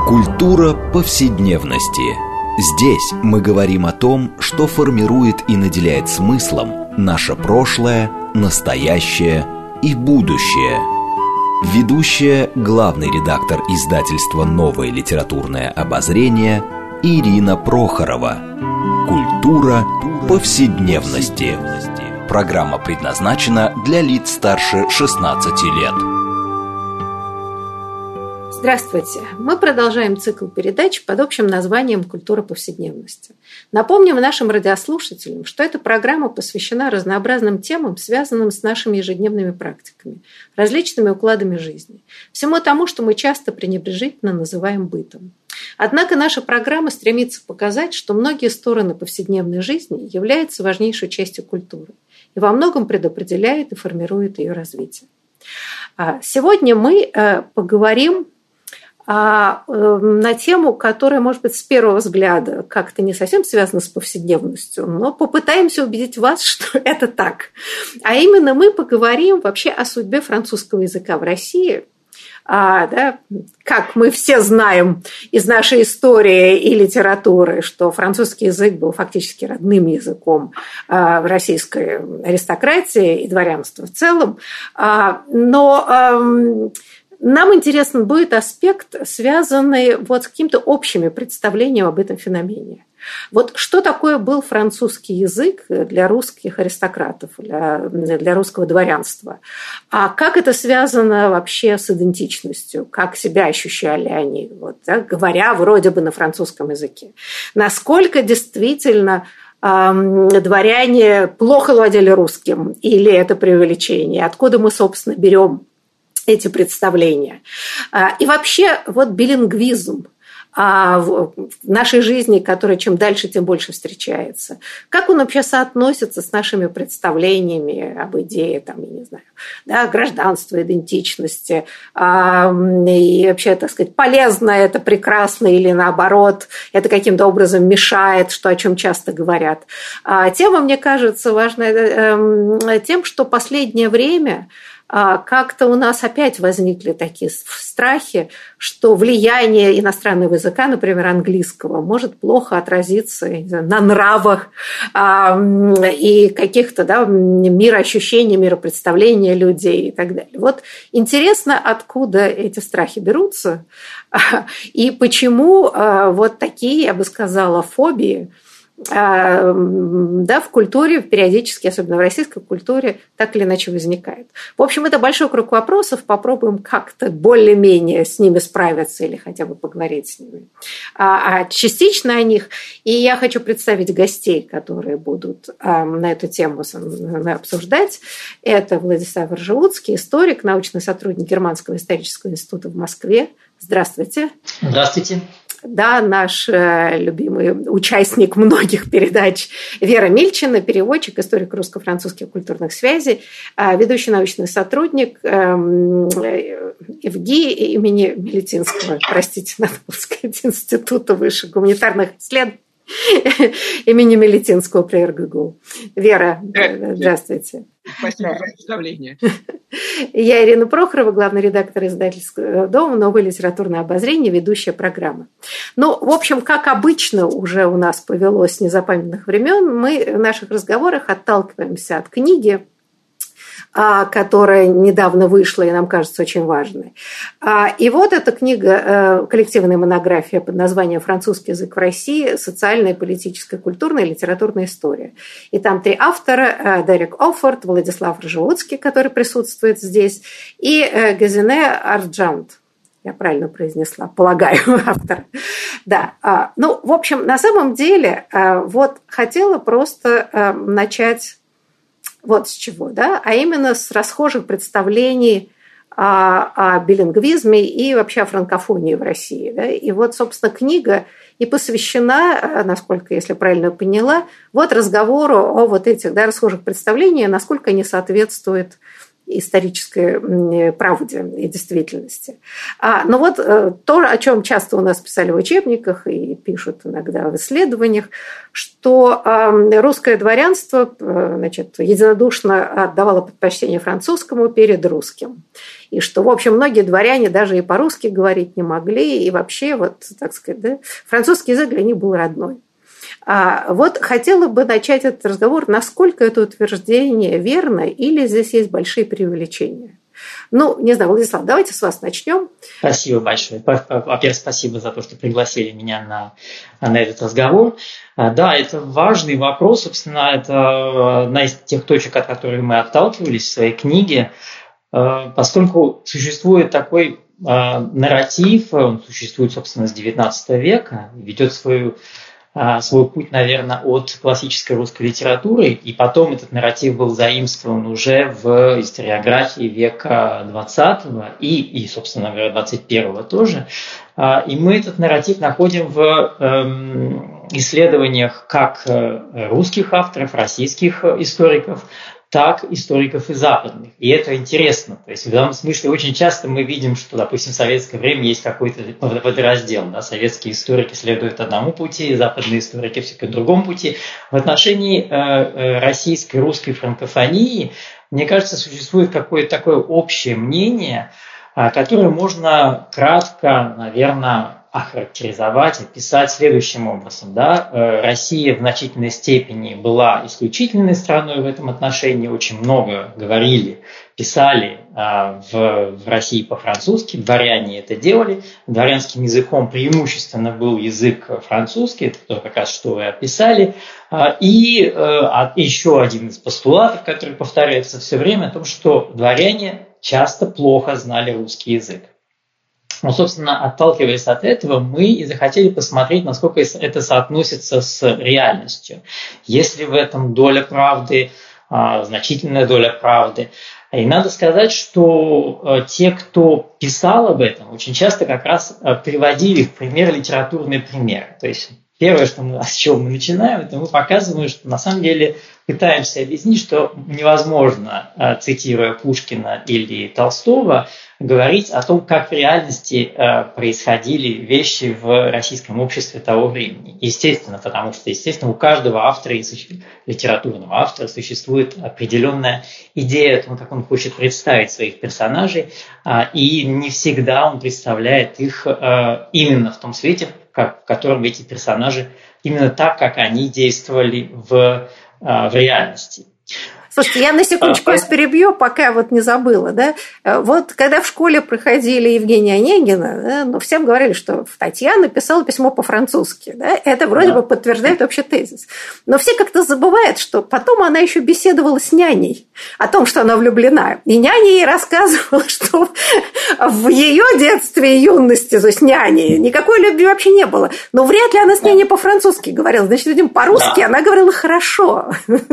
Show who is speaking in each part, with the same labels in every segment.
Speaker 1: Культура повседневности. Здесь мы говорим о том, что формирует и наделяет смыслом наше прошлое, настоящее и будущее. Ведущая, главный редактор издательства «Новое литературное обозрение» Ирина Прохорова. Культура повседневности. Программа предназначена для лиц старше 16 лет.
Speaker 2: Здравствуйте! Мы продолжаем цикл передач под общим названием «Культура повседневности». Напомним нашим радиослушателям, что эта программа посвящена разнообразным темам, связанным с нашими ежедневными практиками, различными укладами жизни, всему тому, что мы часто пренебрежительно называем бытом. Однако наша программа стремится показать, что многие стороны повседневной жизни являются важнейшей частью культуры и во многом предопределяет и формирует ее развитие. Сегодня мы поговорим на тему, которая, может быть, с первого взгляда как-то не совсем связана с повседневностью, но попытаемся убедить вас, что это так. А именно мы поговорим вообще о судьбе французского языка в России. Как мы все знаем из нашей истории и литературы, что французский язык был фактически родным языком российской аристократии и дворянства в целом. Но нам интересен будет аспект, связанный вот с какими-то общими представлениями об этом феномене. Вот что такое был французский язык для русских аристократов, для русского дворянства? А как это связано вообще с идентичностью? Как себя ощущали они, говоря вроде бы на французском языке? Насколько действительно дворяне плохо владели русским? Или это преувеличение? Откуда мы, собственно, берем эти представления? И вообще билингвизм в нашей жизни, который чем дальше, тем больше встречается. Как он вообще соотносится с нашими представлениями об идее, гражданства, идентичности, и вообще, полезно это, прекрасно или наоборот, это каким-то образом мешает, о чем часто говорят. Тема, мне кажется, важная тем, что последнее время как-то у нас опять возникли такие страхи, что влияние иностранного языка, например, английского, может плохо отразиться на нравах и каких-то мироощущений, миропредставления людей и так далее. Вот интересно, откуда эти страхи берутся и почему вот такие, я бы сказала, фобии в культуре периодически, особенно в российской культуре, так или иначе возникает. В общем, это большой круг вопросов. Попробуем как-то более-менее с ними справиться или хотя бы поговорить с ними частично о них. И я хочу представить гостей, которые будут на эту тему обсуждать. Это Владислав Ржевудский, историк, научный сотрудник Германского исторического института в Москве. Здравствуйте.
Speaker 3: Здравствуйте.
Speaker 2: Да, наш любимый участник многих передач Вера Мильчина, переводчик, историк русско-французских культурных связей, ведущий научный сотрудник ИВГИ имени Мелетинского, надо было сказать, Института высших гуманитарных исследований имени Мелетинского при РГГУ. Вера, здравствуйте.
Speaker 4: Спасибо за представление.
Speaker 2: Я Ирина Прохорова, главный редактор издательского дома «Новое литературное обозрение», ведущая программы. В общем, как обычно уже у нас повелось с незапамятных времен, мы в наших разговорах отталкиваемся от книги, которая недавно вышла и нам кажется очень важной. И вот эта книга, коллективная монография под названием «Французский язык в России. Социальная, политическая, культурная и литературная история». И там три автора: Дерек Оффорд, Владислав Ржевудский, который присутствует здесь, и Гезине Арджант. Я правильно произнесла, полагаю, автор. Да. В общем, на самом деле, хотела просто начать вот с чего, а именно с расхожих представлений о билингвизме и вообще о франкофонии в России. И собственно, книга и посвящена, насколько, если правильно поняла, разговору о этих расхожих представлениях, насколько они соответствуют исторической правде и действительности. Но вот то, о чем часто у нас писали в учебниках и пишут иногда в исследованиях, что русское дворянство, значит, единодушно отдавало предпочтение французскому перед русским. И что, в общем, многие дворяне даже и по-русски говорить не могли, и вообще, вот, так сказать, да, французский язык для них был родной. Вот хотела бы начать этот разговор, насколько это утверждение верно, или здесь есть большие преувеличения. Ну, не знаю, Владислав, давайте с вас начнем.
Speaker 3: Спасибо большое. Во-первых, спасибо за то, что пригласили меня на этот разговор. Да, это важный вопрос, собственно, это одна из тех точек, от которых мы отталкивались в своей книге, поскольку существует такой нарратив, он существует, собственно, с XIX века, ведет свой путь, наверное, от классической русской литературы, и потом этот нарратив был заимствован уже в историографии века XX и собственно говоря, 21 тоже. И мы этот нарратив находим в исследованиях как русских авторов, российских историков, так историков и западных. И это интересно. То есть в данном смысле очень часто мы видим, что, допустим, в советское время есть какой-то водораздел. Да? Советские историки следуют одному пути, западные историки все-таки другому пути. В отношении российской, русской франкофонии, мне кажется, существует какое-то такое общее мнение, которое можно кратко, наверное, охарактеризовать, описать следующим образом. Да? Россия в значительной степени была исключительной страной в этом отношении, очень много говорили, писали в России по-французски, дворяне это делали, дворянским языком преимущественно был язык французский, это то, как раз что вы описали, и еще один из постулатов, который повторяется все время, о том, что дворяне часто плохо знали русский язык. Ну, собственно, отталкиваясь от этого, мы и захотели посмотреть, насколько это соотносится с реальностью. Есть ли в этом доля правды, значительная доля правды. И надо сказать, что те, кто писал об этом, очень часто как раз приводили в пример литературные примеры. То есть первое, с чего мы начинаем, это мы показываем, что на самом деле пытаемся объяснить, что невозможно, цитируя Пушкина или Толстого, говорить о том, как в реальности происходили вещи в российском обществе того времени. Естественно, потому что, естественно, у каждого автора, литературного автора, существует определенная идея о том, как он хочет представить своих персонажей, и не всегда он представляет их именно в том свете, в котором эти персонажи именно так, как они действовали в реальности.
Speaker 2: Слушайте, я на секундочку вас перебью, пока вот не забыла. Да? Вот когда в школе проходили Евгения Онегина, да, ну, всем говорили, что Татьяна писала письмо по-французски. Да? Это вроде бы подтверждает общий тезис. Но все как-то забывают, что потом она еще беседовала с няней о том, что она влюблена. И няня ей рассказывала, что в ее детстве и юности, то есть няни, никакой любви вообще не было. Но вряд ли она с няней по-французски говорила. Значит, видимо, по-русски она говорила хорошо.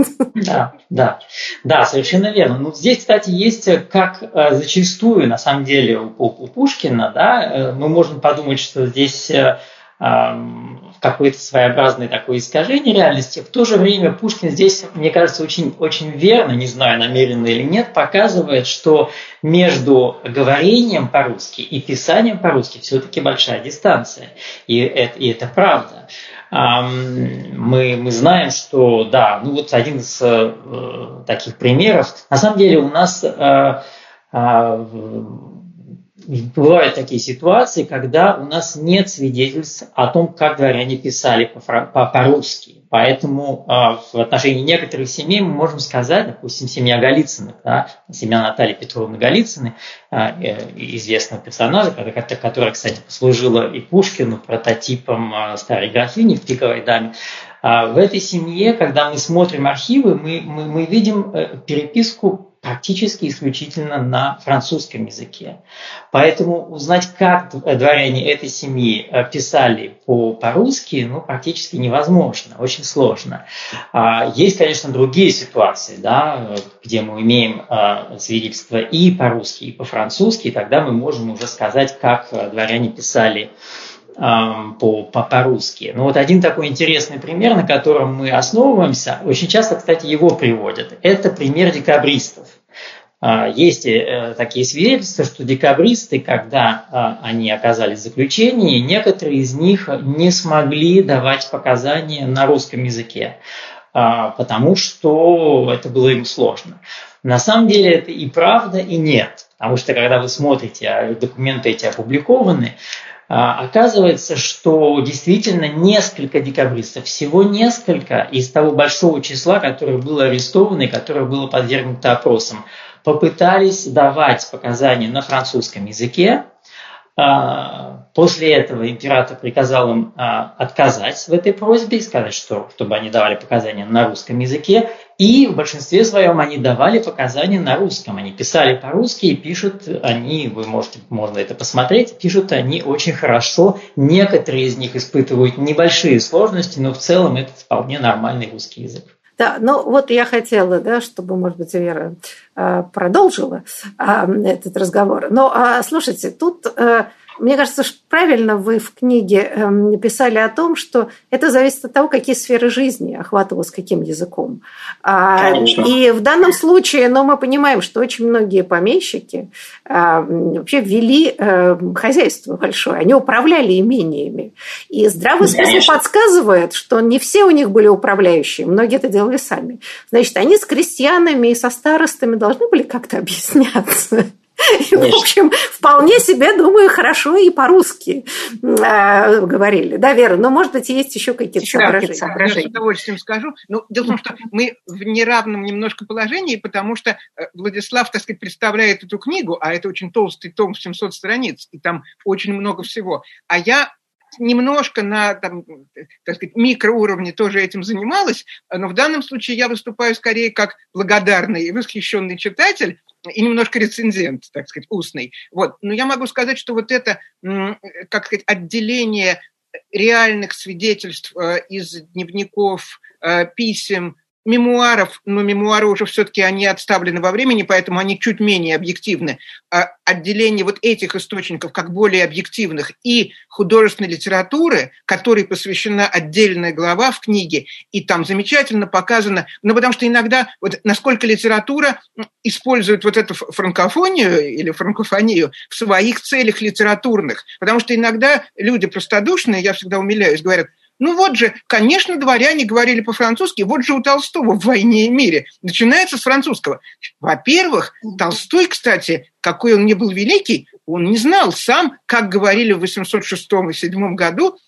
Speaker 3: Да, совершенно верно. Ну, здесь, кстати, есть, как зачастую, на самом деле, у Пушкина, да, мы можем подумать, что здесь какое-то своеобразное такое искажение реальности. В то же время Пушкин здесь, мне кажется, очень, очень верно, не знаю, намеренно или нет, показывает, что между говорением по-русски и писанием по-русски все-таки большая дистанция. И это правда. Мы знаем, что, да, ну вот один из таких примеров. На самом деле у нас бывают такие ситуации, когда у нас нет свидетельств о том, как дворяне писали по-русски. Поэтому в отношении некоторых семей мы можем сказать, допустим, семья Голицыных, да, семья Натальи Петровны Голицыной, известного персонажа, которая, кстати, послужила и Пушкину прототипом старой графини в «Пиковой даме». В этой семье, когда мы смотрим архивы, мы видим переписку практически исключительно на французском языке. Поэтому узнать, как дворяне этой семьи писали по-русски, практически невозможно, очень сложно. Есть, конечно, другие ситуации, да, где мы имеем свидетельства и по-русски, и по-французски, и тогда мы можем уже сказать, как дворяне писали по-русски. Но вот один такой интересный пример, на котором мы основываемся, очень часто, кстати, его приводят, это пример декабристов. Есть такие свидетельства, что декабристы, когда они оказались в заключении, некоторые из них не смогли давать показания на русском языке, потому что это было им сложно. На самом деле это и правда, и нет, потому что когда вы смотрите, документы эти опубликованы, оказывается, что действительно несколько декабристов, всего несколько из того большого числа, которое было арестовано и которое было подвергнуто опросам, попытались давать показания на французском языке. После этого император приказал им отказать в этой просьбе и сказать, чтобы они давали показания на русском языке. И в большинстве своем они давали показания на русском. Они писали по-русски и пишут они, можно это посмотреть, пишут они очень хорошо. Некоторые из них испытывают небольшие сложности, но в целом это вполне нормальный русский язык.
Speaker 2: Да, ну вот я хотела, да, чтобы, может быть, Вера продолжила этот разговор. Но слушайте, тут, мне кажется, что правильно вы в книге писали о том, что это зависит от того, какие сферы жизни охватывалось каким языком. И в данном случае, мы понимаем, что очень многие помещики вообще вели хозяйство большое, они управляли имениями. И здравый смысл подсказывает, что не все у них были управляющие, многие это делали сами. Значит, они с крестьянами и со старостами должны были как-то объясняться. И, в общем, вполне себе, думаю, хорошо и по-русски говорили. Да, Вера, но, может быть, есть еще какие-то соображения.
Speaker 4: Я с удовольствием скажу. Дело в том, что мы в неравном немножко положении, потому что Владислав, так сказать, представляет эту книгу, а это очень толстый том, 700 страниц, и там очень много всего. А я немножко на, так сказать, микроуровне тоже этим занималась, но в данном случае я выступаю скорее как благодарный и восхищенный читатель, и немножко рецензент, так сказать, устный. Но я могу сказать, что вот это, как сказать, отделение реальных свидетельств из дневников, писем, мемуаров, но мемуары уже все-таки они отставлены во времени, поэтому они чуть менее объективны. Отделение вот этих источников как более объективных и художественной литературы, которой посвящена отдельная глава в книге, и там замечательно показано, потому что иногда насколько литература использует вот эту франкофонию или франкофонию в своих целях литературных, потому что иногда люди простодушные, я всегда умиляюсь, говорят: вот же, конечно, дворяне говорили по-французски, вот же у Толстого в «Войне и мире» начинается с французского. Во-первых, Толстой, кстати, какой он не был великий, он не знал сам, как говорили в 806-807 году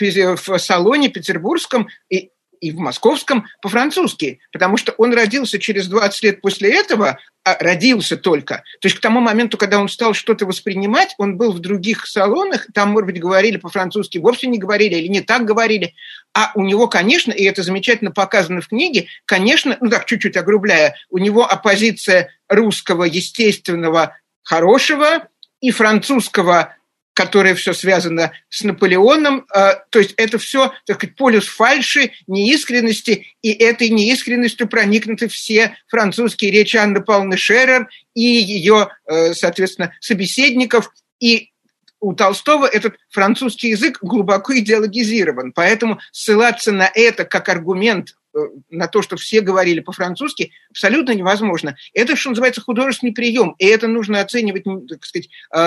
Speaker 4: в салоне петербургском и в московском по-французски, потому что он родился через 20 лет после этого, родился только. То есть к тому моменту, когда он стал что-то воспринимать, он был в других салонах, там, может быть, говорили по-французски, вовсе не говорили или не так говорили. А у него, конечно, и это замечательно показано в книге, конечно, чуть-чуть огрубляя, у него оппозиция русского, естественного, хорошего и французского, которое все связано с Наполеоном, то есть это все, так сказать, полюс фальши, неискренности, и этой неискренностью проникнуты все французские речи Анны Павловны Шерер и ее, соответственно, собеседников, и у Толстого этот французский язык глубоко идеологизирован, поэтому ссылаться на это как аргумент на то, что все говорили по-французски, абсолютно невозможно. Это, что называется, художественный прием, и это нужно оценивать, так сказать,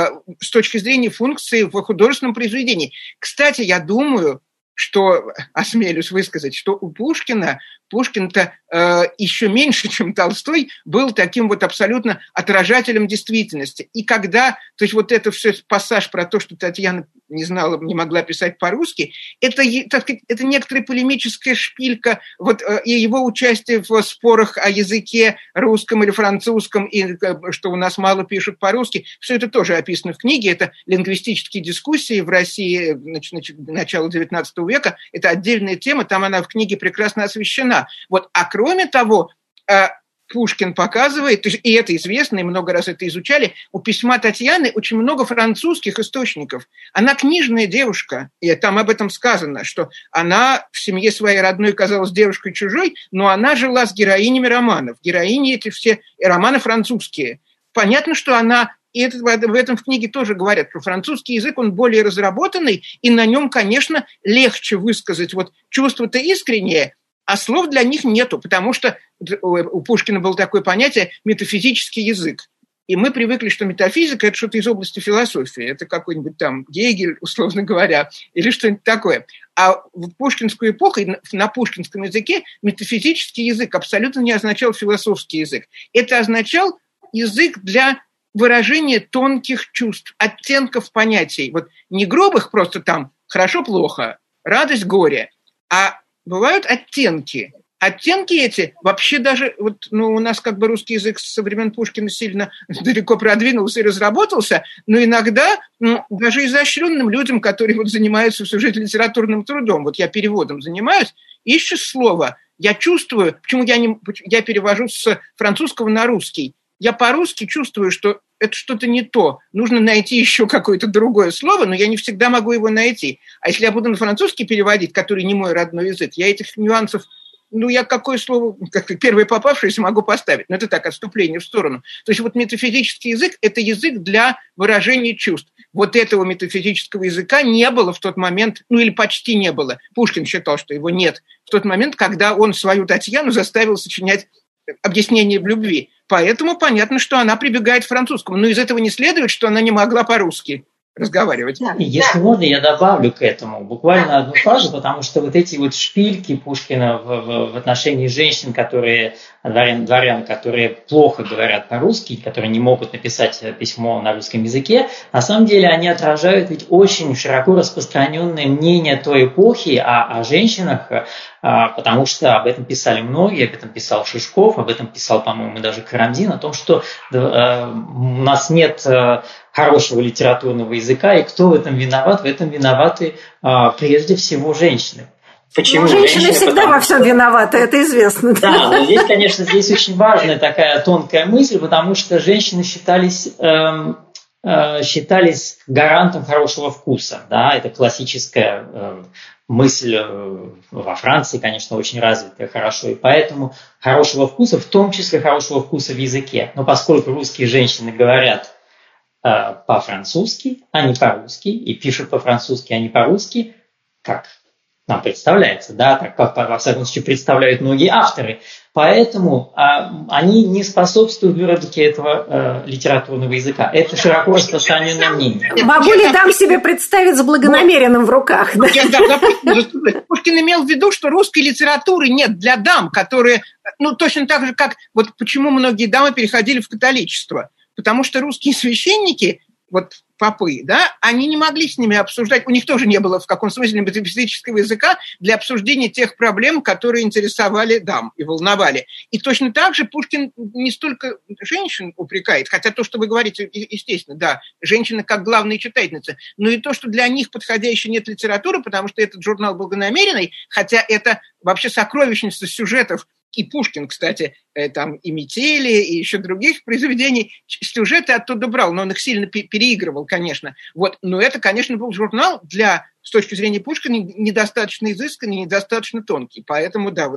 Speaker 4: с точки зрения функции в художественном произведении. Кстати, я думаю, что, осмелюсь высказать, что у Пушкин-то еще меньше, чем Толстой, был таким абсолютно отражателем действительности. И когда, то есть это все пассаж про то, что Татьяна не знала, не могла писать по-русски, это, так сказать, это некоторая полемическая шпилька, и его участие в спорах о языке русском или французском, и что у нас мало пишут по-русски, все это тоже описано в книге, это лингвистические дискуссии в России начала XIX века, это отдельная тема, там она в книге прекрасно освещена. А кроме того, Пушкин показывает, и это известно, и много раз это изучали, у письма Татьяны очень много французских источников. Она книжная девушка, и там об этом сказано, что она в семье своей родной казалась девушкой чужой, но она жила с героинями романов. Героини эти все романы французские. Понятно, что она, и в этом в книге тоже говорят, что французский язык, он более разработанный, и на нем, конечно, легче высказать чувство-то искреннее. а слов для них нету, потому что у Пушкина было такое понятие метафизический язык. И мы привыкли, что метафизика – это что-то из области философии. Это какой-нибудь там Гегель, условно говоря, или что-нибудь такое. А в пушкинскую эпоху на пушкинском языке метафизический язык абсолютно не означал философский язык. Это означал язык для выражения тонких чувств, оттенков понятий. Вот не грубых просто там «хорошо-плохо», «радость», «горе», а бывают оттенки. Оттенки эти вообще даже, у нас как бы русский язык со времен Пушкина сильно далеко продвинулся и разработался, но иногда даже изощренным людям, которые занимаются всю жизнь литературным трудом, я переводом занимаюсь, ищешь слово, я чувствую, почему я перевожу с французского на русский, я по-русски чувствую, что это что-то не то. Нужно найти еще какое-то другое слово, но я не всегда могу его найти. А если я буду на французский переводить, который не мой родной язык, я этих нюансов, я какое слово, как первое попавшееся, могу поставить. Но это так, отступление в сторону. То есть метафизический язык – это язык для выражения чувств. Этого метафизического языка не было в тот момент, или почти не было. Пушкин считал, что его нет. В тот момент, когда он свою Татьяну заставил сочинять объяснение в любви. Поэтому понятно, что она прибегает к французскому. Но из этого не следует, что она не могла по-русски разговаривать.
Speaker 3: Если можно, я добавлю к этому буквально одну фразу, потому что эти шпильки Пушкина в отношении женщин, дворян, которые плохо говорят по-русски, которые не могут написать письмо на русском языке, на самом деле они отражают ведь очень широко распространенное мнение той эпохи о женщинах, потому что об этом писали многие, об этом писал Шишков, об этом писал, по-моему, даже Карамзин, о том, что у нас нет хорошего литературного языка, и кто в этом виноват? В этом виноваты прежде всего женщины.
Speaker 2: Почему? Женщины всегда во всем виноваты, это известно.
Speaker 3: Да, но здесь, конечно, очень важная такая тонкая мысль, потому что женщины считались гарантом хорошего вкуса. Да? Это классическая мысль во Франции, конечно, очень развитая хорошо, и поэтому хорошего вкуса, в том числе хорошего вкуса в языке. Но поскольку русские женщины говорят по-французски, а не по-русски, и пишут по-французски, а не по-русски, как нам представляется, да, так как, во всяком случае, представляют многие авторы. Поэтому они не способствуют выработке этого литературного языка. Это широко распространенное мнение.
Speaker 2: Могу ли дам себе представить с благонамеренным в руках? Да?
Speaker 4: Пушкин имел в виду, что русской литературы нет для дам, которые, точно так же, как почему многие дамы переходили в католичество. Потому что русские священники, попы, да, они не могли с ними обсуждать, у них тоже не было в каком смысле метафизического языка для обсуждения тех проблем, которые интересовали дам и волновали. И точно так же Пушкин не столько женщин упрекает, хотя то, что вы говорите, естественно, да, женщины как главные читательницы, но и то, что для них подходящей нет литературы, потому что этот журнал благонамеренный, хотя это вообще сокровищница сюжетов. И Пушкин, кстати, там и «Метели», и еще других произведений, сюжеты оттуда брал, но он их сильно переигрывал, конечно. Но это, конечно, был журнал с точки зрения Пушкина, недостаточно изысканный, недостаточно тонкий. Поэтому, да.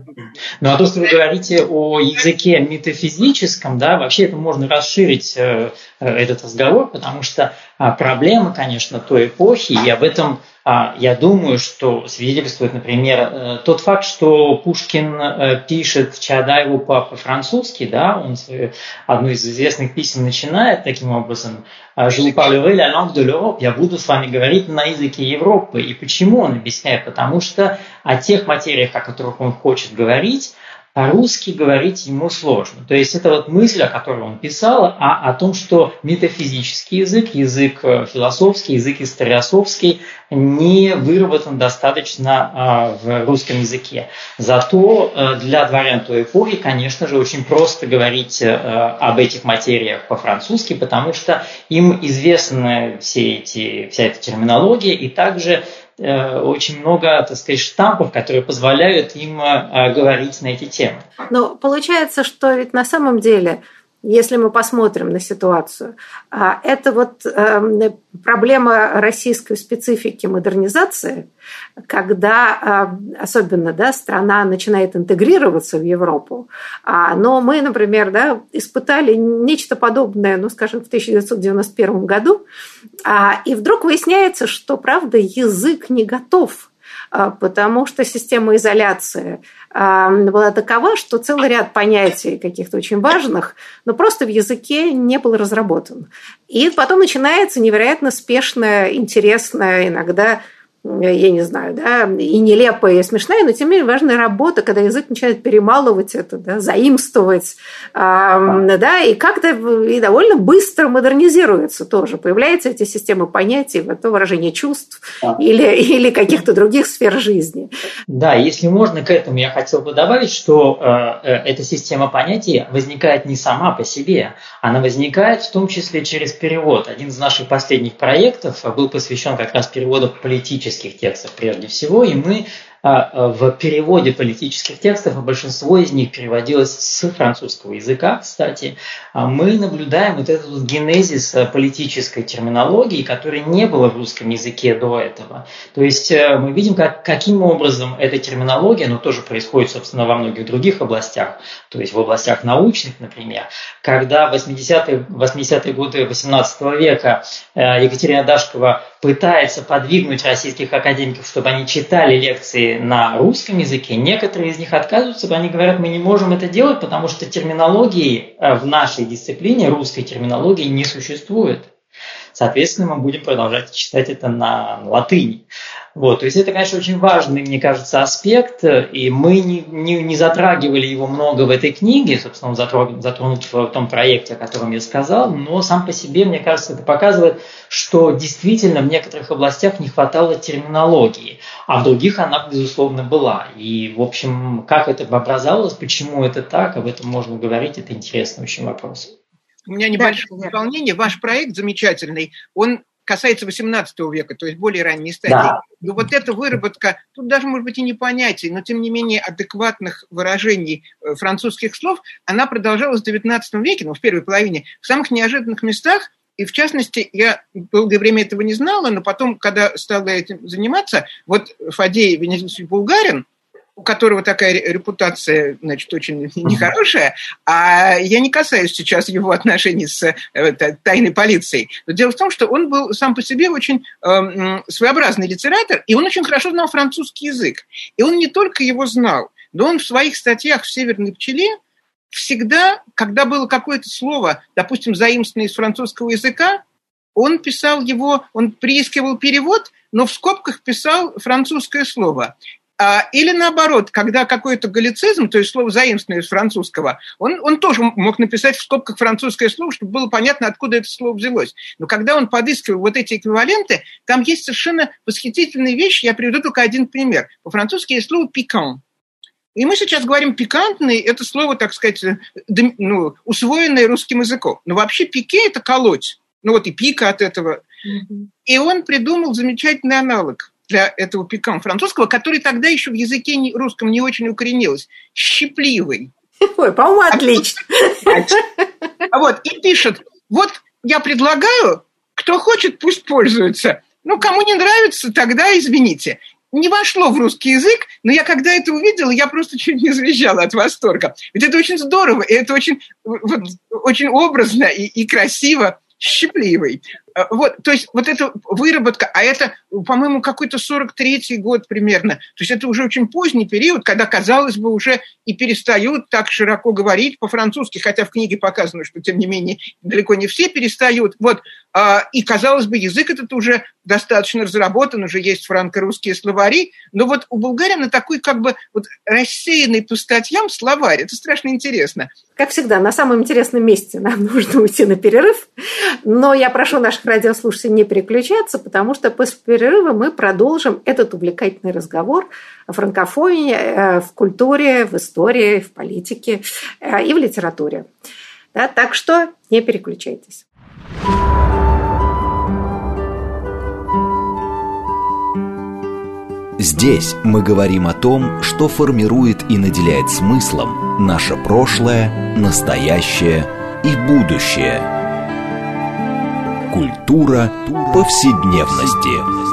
Speaker 3: А то, что вы говорите о языке метафизическом, да, вообще это можно расширить этот разговор, потому что проблема, конечно, той эпохи, и об этом я думаю, что свидетельствует, например, тот факт, что Пушкин пишет Чаадаеву по-французски, да, он одно из известных писем начинает таким образом: «Je vous parlerai la langue de l'Europe», «Я буду с вами говорить на языке Европы». И почему он объясняет? Потому что о тех материях, о которых он хочет говорить, по-русски говорить ему сложно. То есть это мысль, о которой он писал, о том, что метафизический язык философский, язык историософский не выработан достаточно в русском языке. Зато для дворян той эпохи, конечно же, очень просто говорить об этих материях по-французски, потому что им известна вся эта терминология, и также очень много, так сказать, штампов, которые позволяют им говорить на эти темы.
Speaker 2: Но получается, что ведь на самом деле, если мы посмотрим на ситуацию, это проблема российской специфики модернизации, когда особенно страна начинает интегрироваться в Европу. Но мы, например, испытали нечто подобное, скажем, в 1991 году, и вдруг выясняется, что, правда, язык не готов потому что система изоляции была такова, что целый ряд понятий каких-то очень важных, но просто в языке не был разработан. И потом начинается невероятно спешная, интересная, иногда, я не знаю, да, и нелепая, и смешная, но тем не менее важная работа, когда язык начинает перемалывать это, да, заимствовать, да, и как-то и довольно быстро модернизируется тоже. Появляются эти системы понятий, это выражение чувств или каких-то других сфер жизни.
Speaker 3: Да, если можно, к этому я хотел бы добавить, что эта система понятий возникает не сама по себе, она возникает в том числе через перевод. Один из наших последних проектов был посвящен как раз переводу политических текстов прежде всего, и мы в переводе политических текстов, а большинство из них переводилось с французского языка, кстати, мы наблюдаем вот этот вот генезис политической терминологии, которой не было в русском языке до этого. То есть мы видим, каким образом эта терминология, но тоже происходит, собственно, во многих других областях, то есть в областях научных, например, когда в 80-е годы XVIII века Екатерина Дашкова пытается подвигнуть российских академиков, чтобы они читали лекции на русском языке, некоторые из них отказываются, они говорят, мы не можем это делать, потому что терминологии в нашей дисциплине, русской терминологии, не существует. Соответственно, мы будем продолжать читать это на латыни. Вот, то есть это, конечно, очень важный, мне кажется, аспект, и мы не затрагивали его много в этой книге, собственно, он затронут в том проекте, о котором я сказал, но сам по себе, мне кажется, это показывает, что действительно в некоторых областях не хватало терминологии, а в других она, безусловно, была. И, в общем, как это образовалось, почему это так, об этом можно говорить, это интересный очень вопрос.
Speaker 4: У меня небольшое дополнение. Ваш проект замечательный, он касается XVIII века, то есть более ранней стадии. Да. Но вот эта выработка, тут даже, может быть, и не понятий, но, тем не менее, адекватных выражений французских слов, она продолжалась в XIX веке, в первой половине, в самых неожиданных местах. И, в частности, я долгое время этого не знала, но потом, когда стала этим заниматься, вот Фадей Венедиктович Булгарин, у которого такая репутация, значит, очень нехорошая, а я не касаюсь сейчас его отношений с тайной полицией. Но дело в том, что он был сам по себе очень своеобразный литератор, и он очень хорошо знал французский язык. И он не только его знал, но он в своих статьях в «Северной пчеле» всегда, когда было какое-то слово, допустим, заимствованное из французского языка, он писал его, он приискивал перевод, но в скобках писал французское слово. Или наоборот, когда какой-то галлицизм, то есть слово заимствованное из французского, он тоже мог написать в скобках французское слово, чтобы было понятно, откуда это слово взялось. Но когда он подыскивал вот эти эквиваленты, там есть совершенно восхитительные вещи. Я приведу только один пример. По-французски есть слово «пикант». И мы сейчас говорим «пикантный» – это слово, так сказать, усвоенное русским языком. Но вообще «пике» – это «колоть». И пика от этого. И он придумал замечательный аналог для этого пикант французского, который тогда еще в языке русском не очень укоренилось. Щепливый.
Speaker 2: Ой, по-моему, отлично.
Speaker 4: И пишет, я предлагаю, кто хочет, пусть пользуется. Кому не нравится, тогда извините. Не вошло в русский язык, но я когда это увидела, я просто чуть не завизжала от восторга. Ведь это очень здорово, и это очень, очень образно и красиво. Щепливый. То есть эта выработка, а это, по-моему, какой-то 43-й год примерно. То есть это уже очень поздний период, когда, казалось бы, уже и перестают так широко говорить по-французски, хотя в книге показано, что, тем не менее, далеко не все перестают. И, казалось бы, язык этот уже достаточно разработан, уже есть франко-русские словари, но у Булгарина такой рассеянный по статьям словарь. Это страшно интересно.
Speaker 2: Как всегда, на самом интересном месте нам нужно уйти на перерыв, но я прошу наших радиослушателей не переключаться, потому что после перерыва мы продолжим этот увлекательный разговор о франкофонии в культуре, в истории, в политике и в литературе. Да, так что не переключайтесь.
Speaker 1: Здесь мы говорим о том, что формирует и наделяет смыслом наше прошлое, настоящее и будущее. Культура повседневности.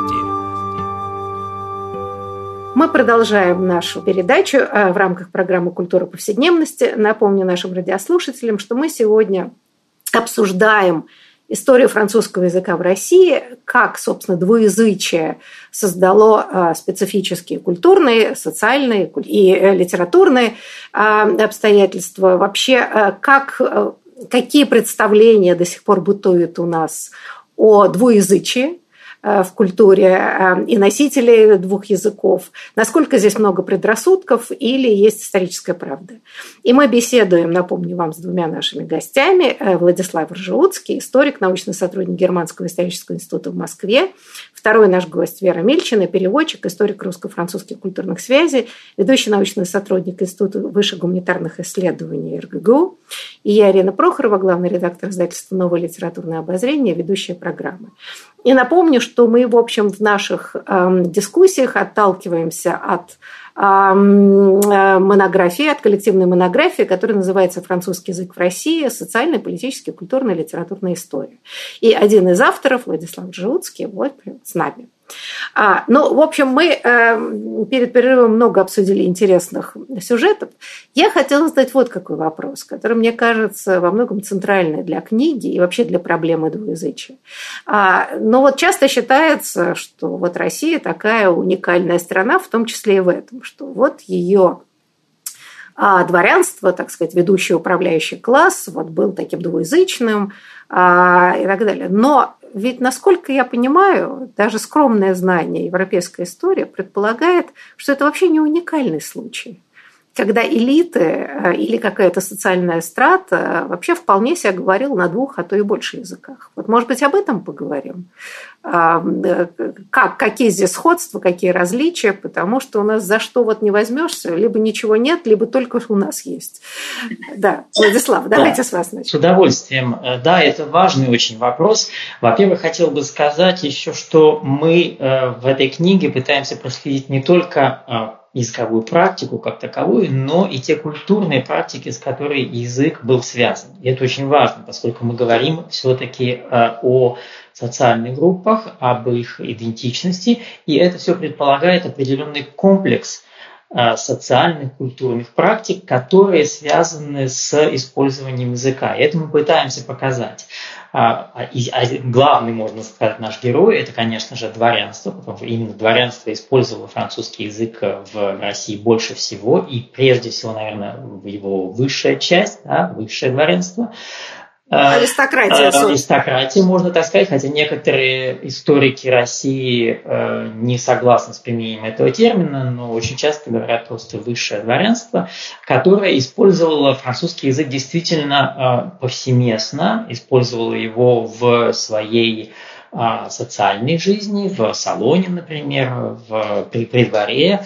Speaker 2: Мы продолжаем нашу передачу в рамках программы «Культура повседневности». Напомню нашим радиослушателям, что мы сегодня обсуждаем историю французского языка в России, как, собственно, двуязычие создало специфические культурные, социальные и литературные обстоятельства. Вообще, какие представления до сих пор бытуют у нас о двуязычии в культуре и носителей двух языков, насколько здесь много предрассудков или есть историческая правда. И мы беседуем, напомню вам, с двумя нашими гостями. Владислав Ржеуцкий, историк, научный сотрудник Германского исторического института в Москве. Второй наш гость Вера Мильчина, переводчик, историк русско-французских культурных связей, ведущий научный сотрудник Института высших гуманитарных исследований РГГУ. И я, Ирина Прохорова, главный редактор издательства «Новое литературное обозрение», ведущая программы. И напомню, что мы, в общем, в наших дискуссиях отталкиваемся от монографии, от коллективной монографии, которая называется «Французский язык в России. Социальная, политическая, культурная, литературная история». И один из авторов, Владислав Ржеуцкий, вот с нами. В общем, мы перед перерывом много обсудили интересных сюжетов. Я хотела задать вот какой вопрос, который, мне кажется, во многом центральный для книги и вообще для проблемы двуязычия. Но вот часто считается, что вот Россия такая уникальная страна, в том числе и в этом, что вот ее дворянство, так сказать, ведущий управляющий класс, вот был таким двуязычным и так далее. Но ведь, насколько я понимаю, даже скромное знание европейской истории предполагает, что это вообще не уникальный случай, когда элиты или какая-то социальная страта вообще вполне себя говорила на двух, а то и больше языках. Вот, может быть, об этом поговорим? Какие здесь сходства, какие различия, потому что у нас за что вот не возьмешься, либо ничего нет, либо только у нас есть. Да, Владислав, давайте с вас начнем.
Speaker 3: С удовольствием. Да, это важный очень вопрос. Во-первых, хотел бы сказать еще, что мы в этой книге пытаемся проследить не только языковую практику как таковую, но и те культурные практики, с которыми язык был связан. И это очень важно, поскольку мы говорим все-таки о социальных группах, об их идентичности, и это все предполагает определенный комплекс социальных, культурных практик, которые связаны с использованием языка. И это мы пытаемся показать. Главный, можно сказать, наш герой – это, конечно же, дворянство, потому что именно дворянство использовало французский язык в России больше всего, и прежде всего, наверное, его высшая часть, высшее дворянство. Аристократия, можно так сказать, хотя некоторые историки России не согласны с применением этого термина, но очень часто говорят просто высшее дворянство, которое использовало французский язык действительно повсеместно, использовало его в своей социальной жизни, в салоне, например, при дворе,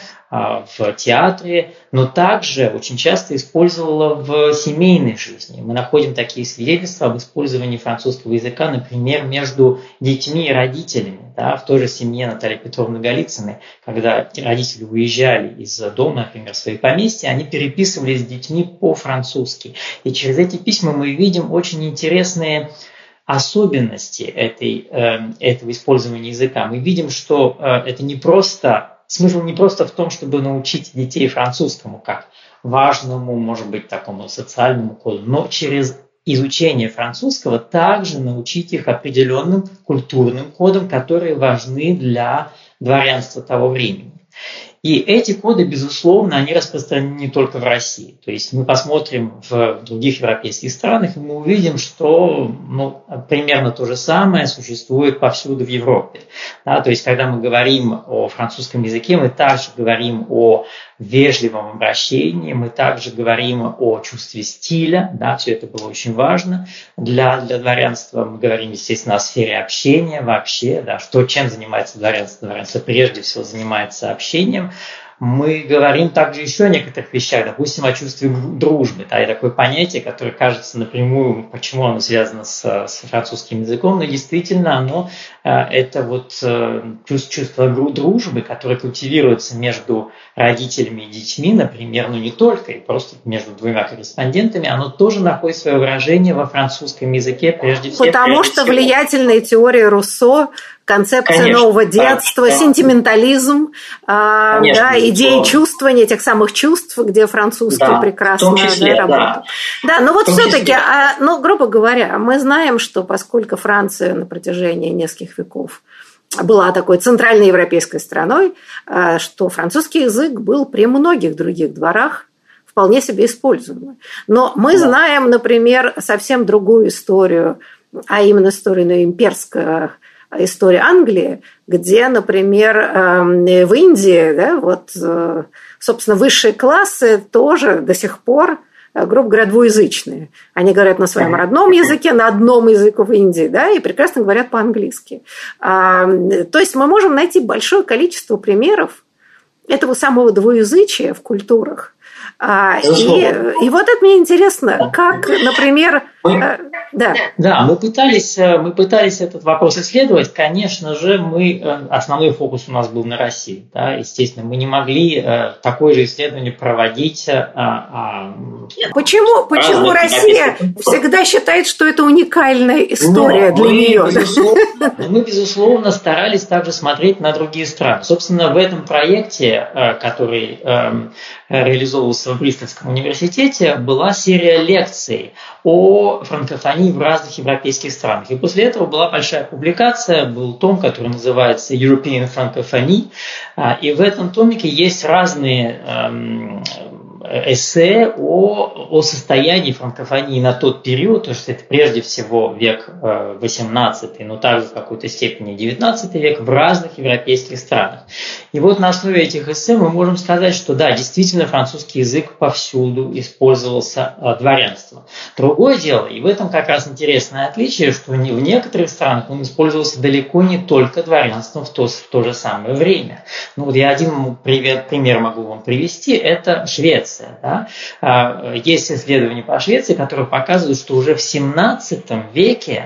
Speaker 3: в театре, но также очень часто использовала в семейной жизни. Мы находим такие свидетельства об использовании французского языка, например, между детьми и родителями. В той же семье Натальи Петровны Голицыной, когда родители уезжали из дома, например, в свои поместья, они переписывались с детьми по-французски. И через эти письма мы видим очень интересные особенности этого использования языка. Мы видим, что это не просто... Смысл не просто в том, чтобы научить детей французскому, как важному, может быть, такому социальному коду, но через изучение французского также научить их определенным культурным кодам, которые важны для дворянства того времени. И эти коды, безусловно, они распространены не только в России. То есть мы посмотрим в других европейских странах, и мы увидим, что примерно то же самое существует повсюду в Европе. То есть когда мы говорим о французском языке, мы также говорим о вежливом обращении, мы также говорим о чувстве стиля, все это было очень важно для дворянства. Мы говорим, естественно, о сфере общения вообще, чем занимается дворянство. Дворянство прежде всего занимается общением. Мы говорим также еще о некоторых вещах, допустим, о чувстве дружбы. И такое понятие, которое кажется напрямую, почему оно связано с французским языком, но действительно это чувство дружбы, которое культивируется между родителями и детьми, например, не только, и просто между двумя корреспондентами, оно тоже находит свое выражение во французском языке прежде всего.
Speaker 2: Потому что влиятельные теории Руссо концепция нового детства, сентиментализм, да, идеи чувствования, этих самых чувств, где французский прекрасно работает. Да, но вот все-таки, грубо говоря, мы знаем, что поскольку Франция на протяжении нескольких веков была такой центральноевропейской страной, что французский язык был при многих других дворах вполне себе используемый. Но мы знаем, например, совсем другую историю, а именно историю имперскую, история Англии, где, например, в Индии, да, вот, собственно, высшие классы тоже до сих пор, грубо говоря, двуязычные. Они говорят на своем родном языке, на одном языке в Индии, да, и прекрасно говорят по-английски. То есть мы можем найти большое количество примеров этого самого двуязычия в культурах. И вот это мне интересно, как, например...
Speaker 3: Да, мы пытались этот вопрос исследовать. Конечно же, основной фокус у нас был на России. Да? Естественно, мы не могли такое же исследование проводить.
Speaker 2: Почему Россия всегда считает, что это уникальная история для нее?
Speaker 3: Мы, безусловно, старались также смотреть на другие страны. Собственно, в этом проекте, который реализовывался в Бристольском университете, была серия лекций о франкофонии в разных европейских странах. И после этого была большая публикация, был том, который называется European Francophonie. И в этом томике есть разные эссе о состоянии франкофонии на тот период, то есть это прежде всего век XVIII, но также в какой-то степени XIX век в разных европейских странах. И вот на основе этих эссе мы можем сказать, что да, действительно французский язык повсюду использовался дворянством. Другое дело, и в этом как раз интересное отличие, что в некоторых странах он использовался далеко не только дворянством в то же самое время. Ну вот я один пример могу вам привести, это Швеция. Да? Есть исследования по Швеции, которые показывают, что уже в XVII веке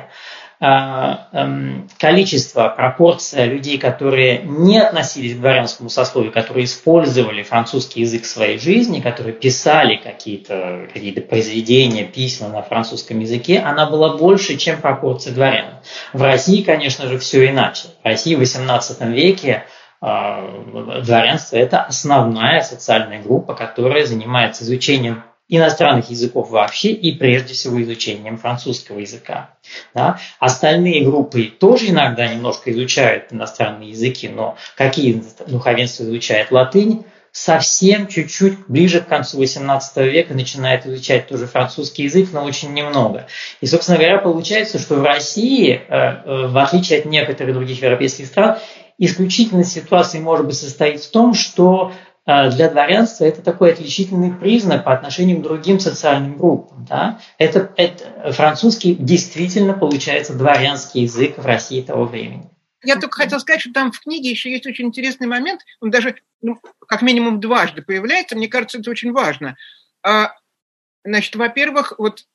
Speaker 3: пропорция людей, которые не относились к дворянскому сословию, которые использовали французский язык в своей жизни, которые писали какие-то произведения, письма на французском языке, она была больше, чем пропорция дворян. В России, конечно же, все иначе. В России в XVIII веке дворянство – это основная социальная группа, которая занимается изучением иностранных языков вообще и прежде всего изучением французского языка. Да? Остальные группы тоже иногда немножко изучают иностранные языки, но какие духовенство изучает латынь, совсем чуть-чуть ближе к концу XVIII века начинает изучать тоже французский язык, но очень немного. И, собственно говоря, получается, что в России, в отличие от некоторых других европейских стран, исключительность ситуации может быть состоит в том, что для дворянства это такой отличительный признак по отношению к другим социальным группам. Да? Это французский действительно получается дворянский язык в России того времени.
Speaker 4: Я только хотела сказать, что там в книге еще есть очень интересный момент, он даже как минимум дважды появляется, мне кажется, это очень важно. Значит, во-первых,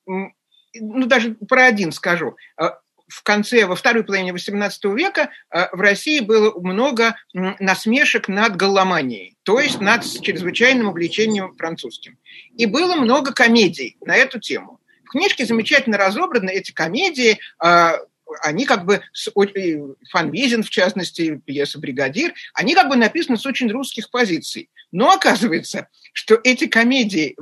Speaker 4: даже про один скажу. Во второй половине XVIII века в России было много насмешек над галломанией, то есть над чрезвычайным увлечением французским. И было много комедий на эту тему. В книжке замечательно разобраны эти комедии, они Фан Визин, в частности, пьеса «Бригадир», они написаны с очень русских позиций. Но оказывается, что эти комедии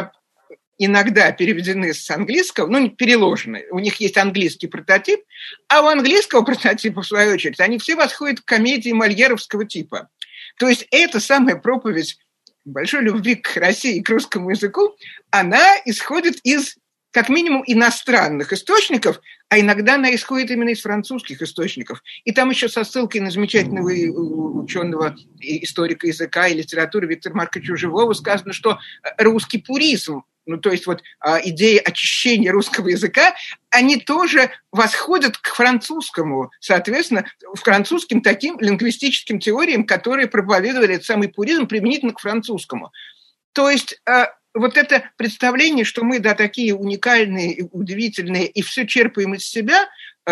Speaker 4: иногда переведены с английского, не переложены. У них есть английский прототип, а у английского прототипа, в свою очередь, они все восходят к комедии мольеровского типа. То есть эта самая проповедь большой любви к России и к русскому языку, она исходит из, как минимум, иностранных источников, а иногда она исходит именно из французских источников. И там еще со ссылкой на замечательного ученого, историка языка и литературы Виктора Марковича Живого сказано, что русский пуризм, то есть идеи очищения русского языка, они тоже восходят к французскому, соответственно, французским таким лингвистическим теориям, которые проповедовали этот самый пуризм применительно к французскому. То есть вот это представление, что мы, такие уникальные, удивительные, и все черпаем из себя,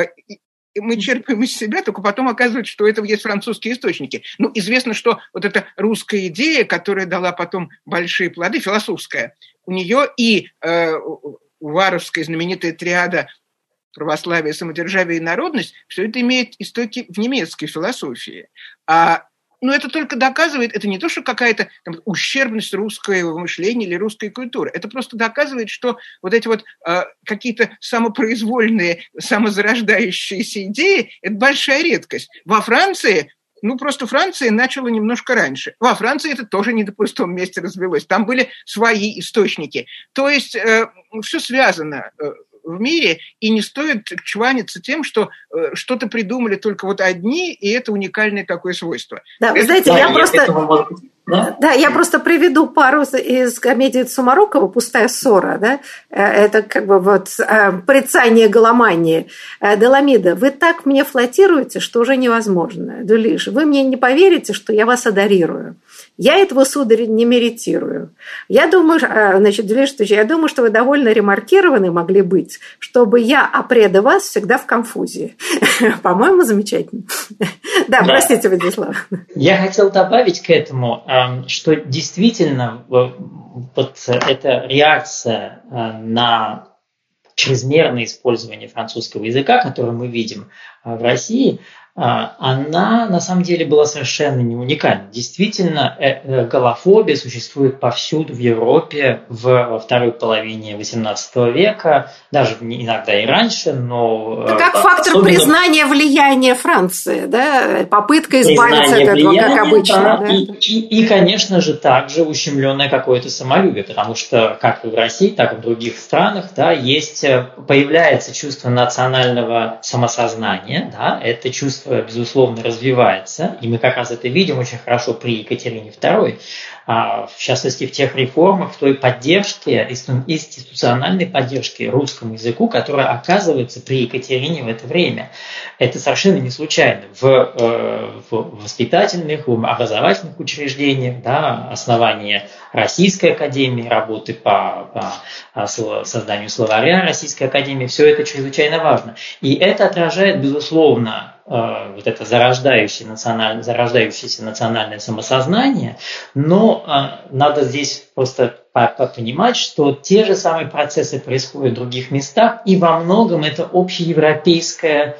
Speaker 4: мы черпаем из себя, только потом оказывается, что у этого есть французские источники. Известно, что вот эта русская идея, которая дала потом большие плоды, философская, у нее и Уваровская знаменитая триада православие, самодержавие и народность, все это имеет истоки в немецкой философии. Но это только доказывает, это не то, что какая-то ущербность русского мышления или русской культуры. Это просто доказывает, что вот эти вот какие-то самопроизвольные, самозарождающиеся идеи – это большая редкость. Во Франции, просто Франция начала немножко раньше. Во Франции это тоже не на пустом месте развелось. Там были свои источники. То есть все связано в мире, и не стоит чваниться тем, что что-то придумали только вот одни, и это уникальное такое свойство.
Speaker 2: Да, вы знаете, я просто приведу пару из комедии Сумарокова «Пустая ссора». Да? Это как бы вот порицание голомании. Деламида, вы так мне флатируете, что уже невозможно. Дулиш, вы мне не поверите, что я вас адорирую. Я этого, сударь, не меритирую. Я думаю, Дулиш, я думаю, что вы довольно ремаркированы могли быть, чтобы я опреда вас всегда в конфузии. По-моему, замечательно. Да, простите, Владислав.
Speaker 3: Я хотел добавить к этому, что действительно вот эта реакция на чрезмерное использование французского языка, которое мы видим в России, она на самом деле была совершенно не уникальна. Действительно, голофобия существует повсюду в Европе во второй половине XVIII века, даже иногда и раньше, но...
Speaker 2: Это как фактор признания влияния Франции, да? Попытка избавиться от этого, как обычно. Да?
Speaker 3: И, конечно же, также ущемленное какое-то самолюбие, потому что как и в России, так и в других странах, да, появляется чувство национального самосознания, да, это чувство безусловно, развивается, и мы как раз это видим очень хорошо при Екатерине II, в частности, в тех реформах, в той поддержке, институциональной поддержке русскому языку, которая оказывается при Екатерине в это время. Это совершенно не случайно. В воспитательных, в образовательных учреждениях, да, основание Российской академии, работы по созданию словаря Российской академии, все это чрезвычайно важно. И это отражает, безусловно, вот это зарождающееся национальное самосознание, но надо здесь просто понимать, что те же самые процессы происходят в других местах, и во многом это общеевропейское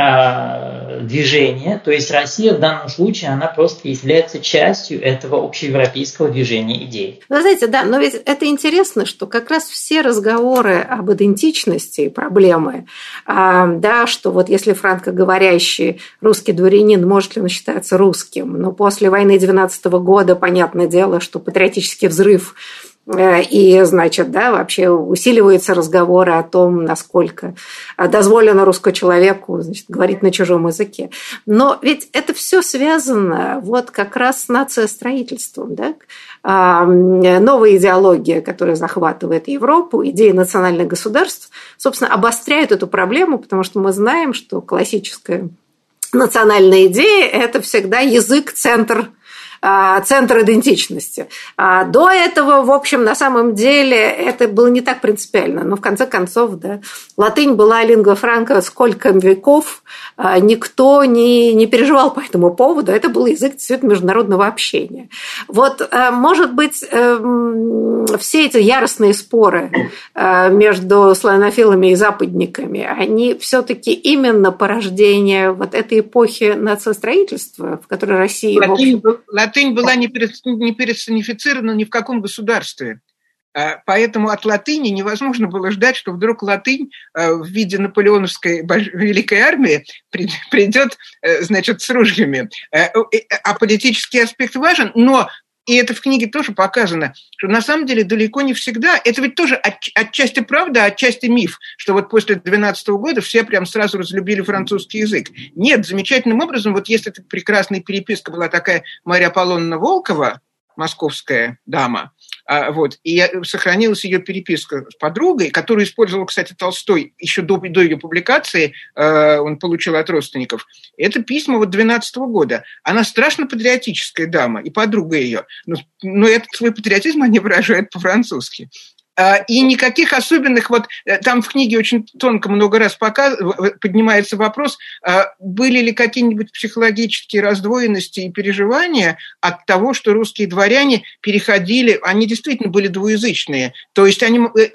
Speaker 3: движение, то есть Россия в данном случае, она просто является частью этого общеевропейского движения идей.
Speaker 2: Вы знаете, да, но ведь это интересно, что как раз все разговоры об идентичности и проблемы, да, что вот если франкоговорящий русский дворянин, может ли он считаться русским, но после войны 19 года, понятное дело, что патриотический взрыв и, значит, да, вообще усиливаются разговоры о том, насколько дозволено русскому человеку, значит, говорить на чужом языке. Но ведь это все связано вот как раз с нациостроительством, да? Новая идеология, которая захватывает Европу, идея национальных государств, собственно, обостряет эту проблему, потому что мы знаем, что классическая национальная идея – это всегда язык, центр идентичности. До этого, в общем, на самом деле это было не так принципиально, но в конце концов, да, латынь была лингва франка сколько веков, никто не переживал по этому поводу, это был язык действительно международного общения. Вот, может быть, все эти яростные споры между славянофилами и западниками, они все-таки именно порождение вот этой эпохи нациостроительства, в которой Россия...
Speaker 4: Латынь была не персонифицирована ни в каком государстве. Поэтому от латыни невозможно было ждать, что вдруг латынь в виде наполеоновской великой армии придет, значит, с ружьями. А политический аспект важен, но и это в книге тоже показано, что на самом деле далеко не всегда, это ведь тоже отчасти правда, отчасти миф, что вот после 12 года все прям сразу разлюбили французский язык. Нет, замечательным образом, вот есть эта прекрасная переписка, была такая Марья Аполлоновна Волкова, московская дама, вот, и сохранилась ее переписка с подругой, которую использовал, кстати, Толстой еще до ее публикации, он получил от родственников. Это письма вот 12 года. Она страшно патриотическая дама, и подруга ее, но этот свой патриотизм они выражают по-французски. И никаких особенных, вот там в книге очень тонко много раз поднимается вопрос, были ли какие-нибудь психологические раздвоенности и переживания от того, что русские дворяне переходили, они действительно были двуязычные, то есть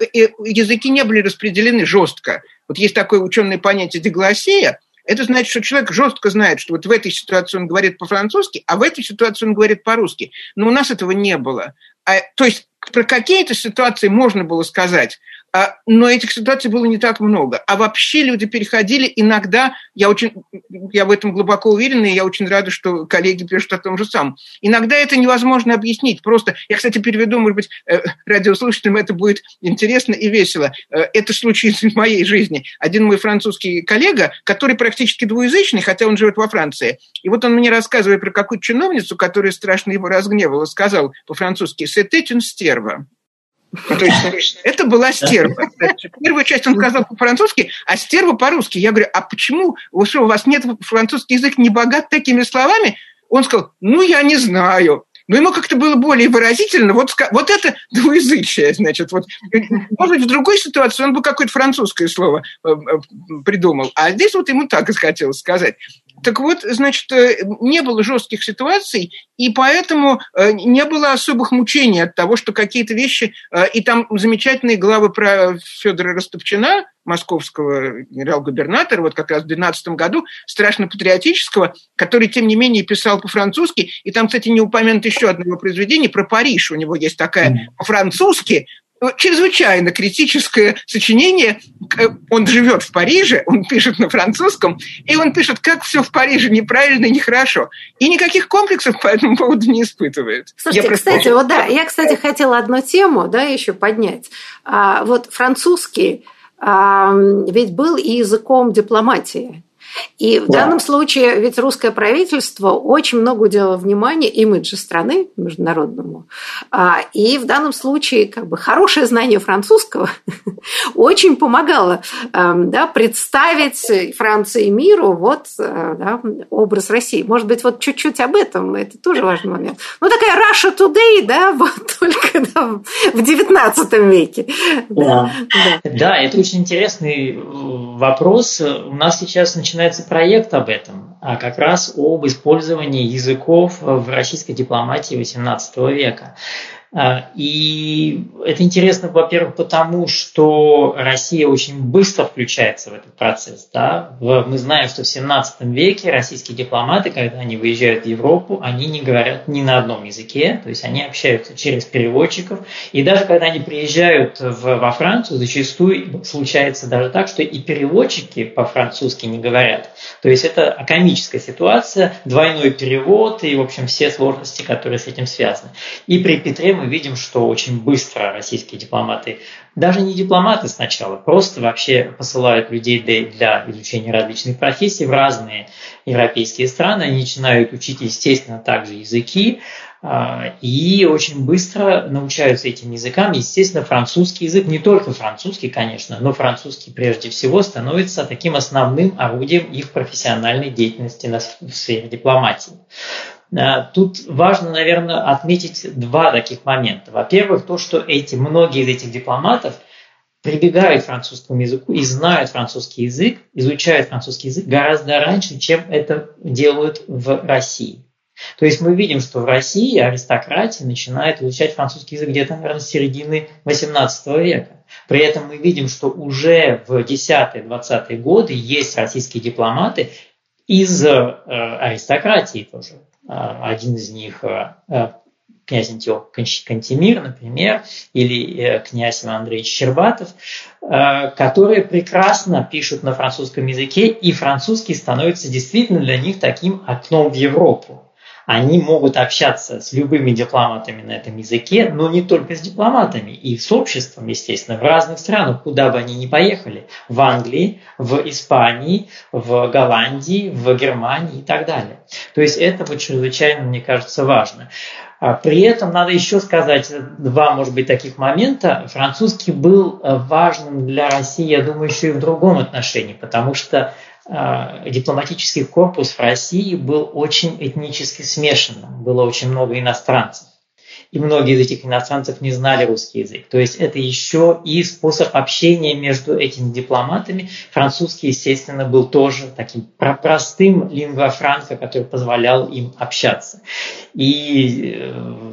Speaker 4: языки не были распределены жестко. Вот есть такое ученое понятие диглоссия. Это значит, что человек жестко знает, что вот в этой ситуации он говорит по-французски, а в этой ситуации он говорит по-русски. Но у нас этого не было. То есть про какие-то ситуации можно было сказать, но этих ситуаций было не так много. А вообще люди переходили иногда, я в этом глубоко уверена, и я очень рада, что коллеги пишут о том же самом. Иногда это невозможно объяснить. Просто, я, кстати, переведу, может быть, радиослушателям это будет интересно и весело. Это случай из моей жизни. Один мой французский коллега, который практически двуязычный, хотя он живет во Франции. И вот он мне, рассказывая про какую-то чиновницу, которая страшно его разгневала, сказал по-французски «c'était une стерва». То есть это была стерва. Первую часть он сказал по-французски, а стерва по-русски. Я говорю, а почему у вас нет, французский язык не богат такими словами? Он сказал, я не знаю. Но ему как-то было более выразительно. Вот это двуязычие, значит. Вот. Может быть, в другой ситуации он бы какое-то французское слово придумал. А здесь вот ему так захотелось сказать. Так вот, значит, не было жестких ситуаций, и поэтому не было особых мучений от того, что какие-то вещи... И там замечательные главы про Федора Растопчина, московского генерал-губернатора, вот как раз в 2012 году, страшно патриотического, который, тем не менее, писал по-французски. И там, кстати, не упомянут еще одно его произведение про Париж. У него есть такая по-французски, чрезвычайно критическое сочинение. Он живет в Париже, он пишет на французском, и он пишет, как все в Париже неправильно и нехорошо. И никаких комплексов по этому поводу не испытывает.
Speaker 2: Слушайте, я, кстати, хотела одну тему, еще поднять. Вот французский ведь был и языком дипломатии. И в данном случае ведь русское правительство очень много уделило внимания имиджу страны международному. И в данном случае хорошее знание французского очень помогало представить Франции миру образ России. Может быть, вот чуть-чуть об этом, это тоже важный момент. Такая Russia Today, только в 19 веке.
Speaker 3: Да, это очень интересный вопрос. У нас сейчас начинается проект об этом, а как раз об использовании языков в российской дипломатии XVIII века. И это интересно, во-первых, потому что Россия очень быстро включается в этот процесс. Мы знаем, что в XVII веке российские дипломаты, когда они выезжают в Европу, они не говорят ни на одном языке, то есть они общаются через переводчиков. И даже когда они приезжают во Францию, зачастую случается даже так, что и переводчики по-французски не говорят. То есть это комическая ситуация, двойной перевод и, в общем, все сложности, которые с этим связаны. И при Петре мы видим, что очень быстро российские дипломаты, даже не дипломаты сначала, просто вообще посылают людей для изучения различных профессий в разные европейские страны, они начинают учить, естественно, также языки, и очень быстро научаются этим языкам. Естественно, французский язык, не только французский, конечно, но французский прежде всего становится таким основным орудием их профессиональной деятельности в сфере дипломатии. Тут важно, наверное, отметить два таких момента. Во-первых, то, что многие из этих дипломатов прибегают к французскому языку и знают французский язык, изучают французский язык гораздо раньше, чем это делают в России. То есть мы видим, что в России аристократия начинает изучать французский язык где-то, наверное, с середины XVIII века. При этом мы видим, что уже в 10-20-е годы есть российские дипломаты из аристократии тоже. Один из них князь Антиох Кантемир, например, или князь Иван Андреевич Щербатов, которые прекрасно пишут на французском языке, и французский становится действительно для них таким окном в Европу. Они могут общаться с любыми дипломатами на этом языке, но не только с дипломатами, и с обществом, естественно, в разных странах, куда бы они ни поехали, в Англии, в Испании, в Голландии, в Германии и так далее. То есть это чрезвычайно, мне кажется, важно. При этом надо еще сказать два, может быть, таких момента. Французский был важным для России, я думаю, еще и в другом отношении, потому что дипломатический корпус в России был очень этнически смешанным, было очень много иностранцев. и многие из этих иностранцев не знали русский язык. То есть это еще и способ общения между этими дипломатами. Французский, естественно, был тоже таким простым лингва франка, который позволял им общаться. И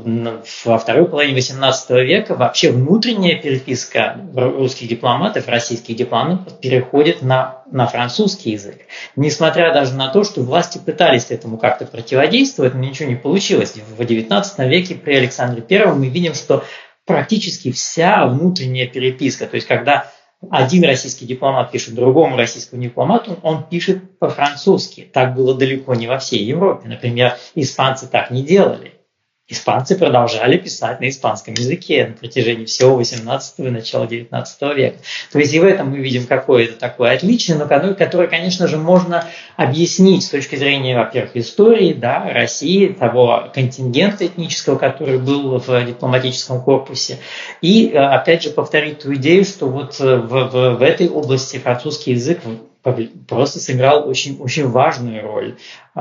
Speaker 3: во второй половине XVIII века вообще внутренняя переписка русских дипломатов, российских дипломатов переходит на французский язык. Несмотря даже на то, что власти пытались этому как-то противодействовать, но ничего не получилось. В XIX веке при Александре I мы видим, что практически вся внутренняя переписка, то есть когда один российский дипломат пишет другому российскому дипломату, он пишет по-французски. Так было далеко не во всей Европе. Например, испанцы так не делали. Испанцы продолжали писать на испанском языке на протяжении всего XVIII и начала XIX века. То есть и в этом мы видим какое-то такое отличие, но которое, конечно же, можно объяснить с точки зрения, во-первых, истории, да, России, того контингента этнического, который был в дипломатическом корпусе. И, опять же, повторить ту идею, что вот в этой области французский язык просто сыграл очень, очень важную роль,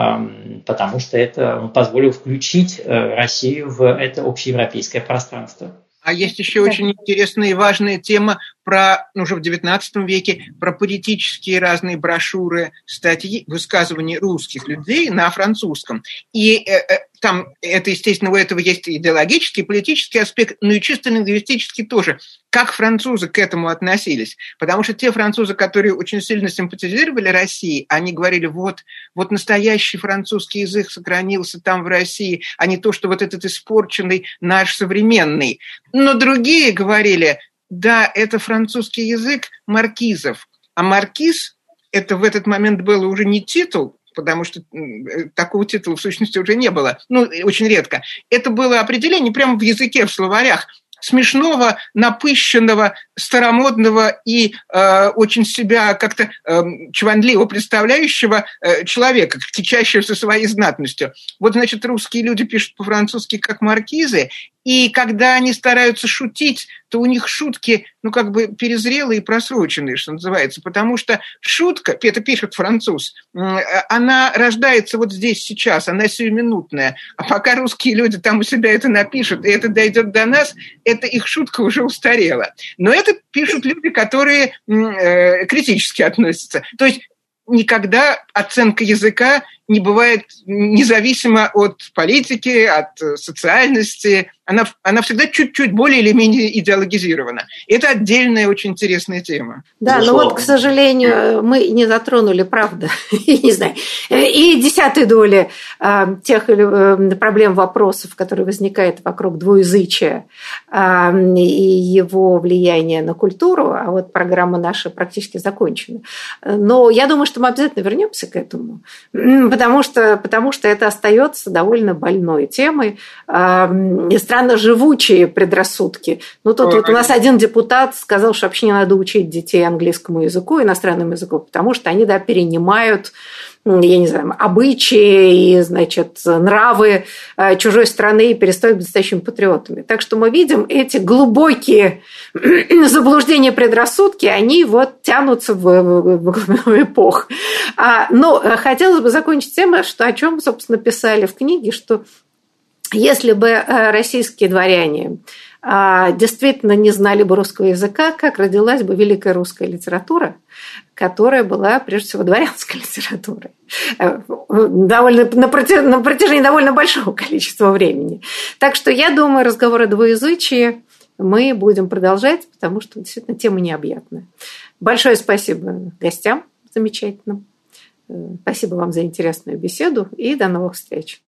Speaker 3: потому что это позволило включить Россию в это общеевропейское пространство.
Speaker 4: А есть еще очень интересная и важная тема про, уже в XIX веке, про политические разные брошюры, статьи, высказывания русских людей на французском. И там, это, естественно, у этого есть идеологический, политический аспект, но и чисто лингвистический тоже. Как французы к этому относились? Потому что те французы, которые очень сильно симпатизировали России, они говорили, вот настоящий французский язык сохранился там в России, а не то, что вот этот испорченный наш современный. Но другие говорили, да, это французский язык маркизов. А маркиз, это в этот момент было уже не титул, потому что такого титула в сущности уже не было, очень редко. Это было определение прямо в языке, в словарях, смешного, напыщенного, старомодного и очень себя как-то чванливо представляющего человека, кичащегося своей знатностью. Вот, значит, русские люди пишут по-французски как маркизы, и когда они стараются шутить, то у них шутки, перезрелые и просроченные, что называется, потому что шутка, это пишет француз, она рождается вот здесь сейчас, она сиюминутная, а пока русские люди там у себя это напишут, и это дойдет до нас, эта их шутка уже устарела. Но это пишут люди, которые критически относятся. То есть никогда оценка языка не бывает независимо от политики, от социальности. Она всегда чуть-чуть более или менее идеологизирована. Это отдельная очень интересная тема.
Speaker 2: Да, но вот, к сожалению, мы не затронули, правда, не знаю, и десятой доли тех проблем, вопросов, которые возникают вокруг двуязычия и его влияния на культуру, а вот программа наша практически закончена. Но я думаю, что мы обязательно вернемся к этому, потому что это остается довольно больной темой. Странно живучие предрассудки. Тут вот у нас один депутат сказал, что вообще не надо учить детей английскому языку, иностранному языку, потому что они перенимают, я не знаю, обычаи и, значит, нравы чужой страны и перестают быть настоящими патриотами. Так что мы видим эти глубокие заблуждения, предрассудки, они вот тянутся в эпох. Но хотелось бы закончить тем, о чем, собственно, писали в книге, что если бы российские дворяне действительно не знали бы русского языка, как родилась бы великая русская литература, которая была, прежде всего, дворянской литературой на протяжении довольно большого количества времени. Так что, я думаю, разговор о двуязычии мы будем продолжать, потому что действительно тема необъятная. Большое спасибо гостям замечательным. Спасибо вам за интересную беседу и до новых встреч.